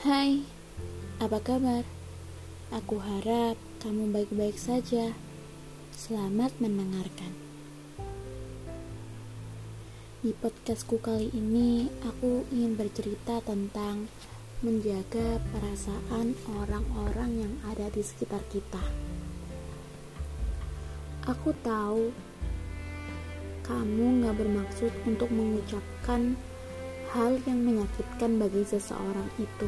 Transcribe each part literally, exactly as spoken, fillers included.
Hai, apa kabar? Aku harap kamu baik-baik saja. Selamat mendengarkan. Di podcastku kali ini, aku ingin bercerita tentang menjaga perasaan orang-orang yang ada di sekitar kita. Aku tahu kamu gak bermaksud untuk mengucapkan hal yang menyakitkan bagi seseorang itu.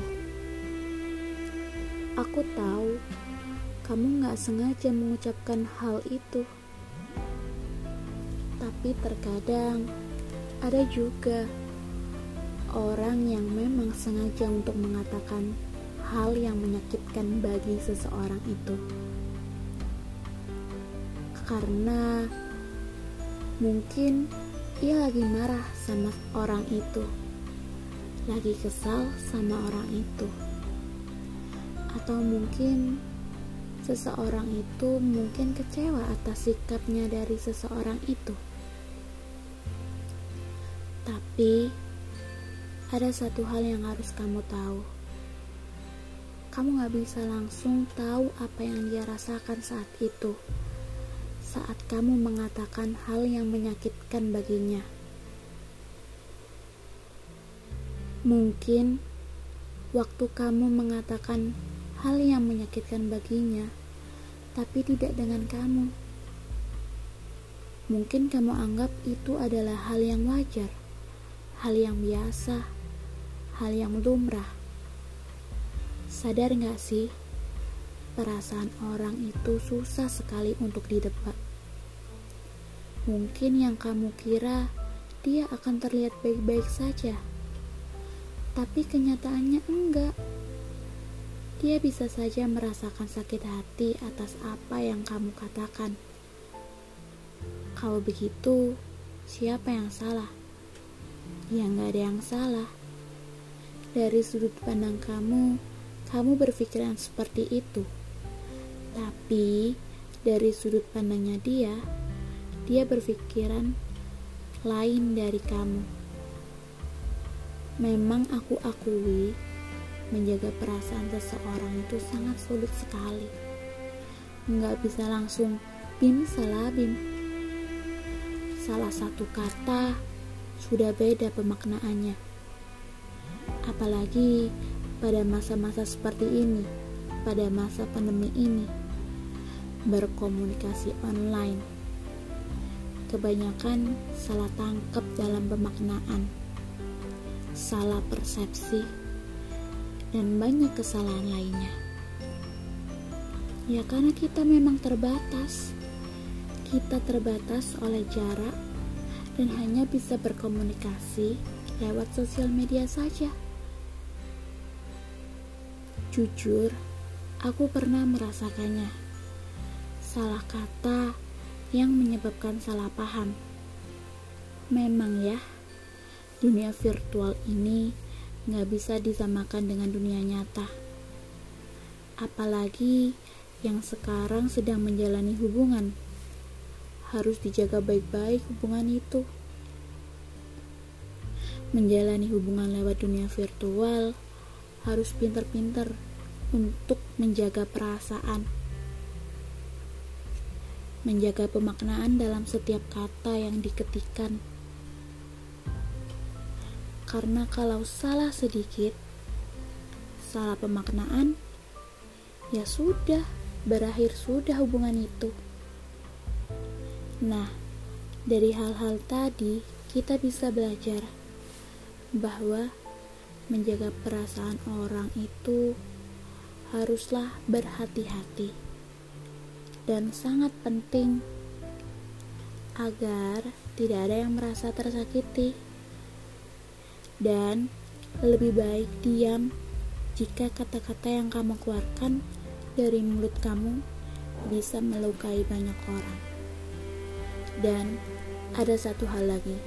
Aku tahu kamu gak sengaja mengucapkan hal itu. Tapi terkadang ada juga orang yang memang sengaja untuk mengatakan hal yang menyakitkan bagi seseorang itu. Karena mungkin ia lagi marah sama orang itu, lagi kesal sama orang itu, atau mungkin seseorang itu mungkin kecewa atas sikapnya dari seseorang itu. Tapi ada satu hal yang harus kamu tahu. Kamu gak bisa langsung tahu apa yang dia rasakan saat itu, saat kamu mengatakan hal yang menyakitkan baginya. Mungkin waktu kamu mengatakan hal yang menyakitkan baginya, tapi tidak dengan kamu. Mungkin kamu anggap itu adalah hal yang wajar, hal yang biasa, hal yang lumrah. Sadar gak sih, perasaan orang itu susah sekali untuk didebat. Mungkin yang kamu kira dia akan terlihat baik-baik saja, tapi kenyataannya enggak. Dia bisa saja merasakan sakit hati atas apa yang kamu katakan. Kalau begitu, siapa yang salah? Ya gak ada yang salah. Dari sudut pandang kamu, kamu berpikiran seperti itu. Tapi dari sudut pandangnya dia, dia berpikiran lain dari kamu. Memang aku akui, menjaga perasaan seseorang itu sangat sulit sekali. Nggak bisa langsung bim salah bim. Salah satu kata sudah beda pemaknaannya. Apalagi pada masa-masa seperti ini, pada masa pandemi ini, berkomunikasi online, kebanyakan salah tangkap dalam pemaknaan, salah persepsi, dan banyak kesalahan lainnya. Ya karena kita memang terbatas. Kita terbatas oleh jarak dan hanya bisa berkomunikasi lewat sosial media saja. Jujur, aku pernah merasakannya. Salah kata yang menyebabkan salah paham. Memang ya, dunia virtual ini gak bisa disamakan dengan dunia nyata. Apalagi yang sekarang sedang menjalani hubungan. Harus dijaga baik-baik hubungan itu. Menjalani hubungan lewat dunia virtual harus pintar-pintar untuk menjaga perasaan, menjaga pemaknaan dalam setiap kata yang diketikkan. Karena kalau salah sedikit, salah pemaknaan, ya sudah, berakhir sudah hubungan itu. Nah, dari hal-hal tadi kita bisa belajar bahwa menjaga perasaan orang itu haruslah berhati-hati dan sangat penting agar tidak ada yang merasa tersakiti. Dan lebih baik diam jika kata-kata yang kamu keluarkan dari mulut kamu bisa melukai banyak orang. Dan ada satu hal lagi.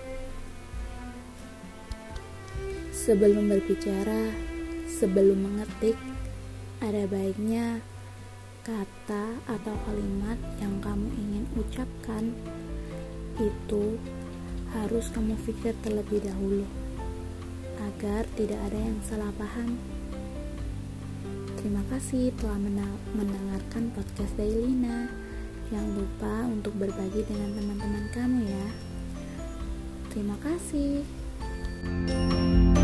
Sebelum berbicara, sebelum mengetik, ada baiknya kata atau kalimat yang kamu ingin ucapkan itu harus kamu pikir terlebih dahulu, agar tidak ada yang salah paham. Terima kasih telah mendengarkan podcast Dailina. Jangan lupa untuk berbagi dengan teman-teman kamu ya. Terima kasih.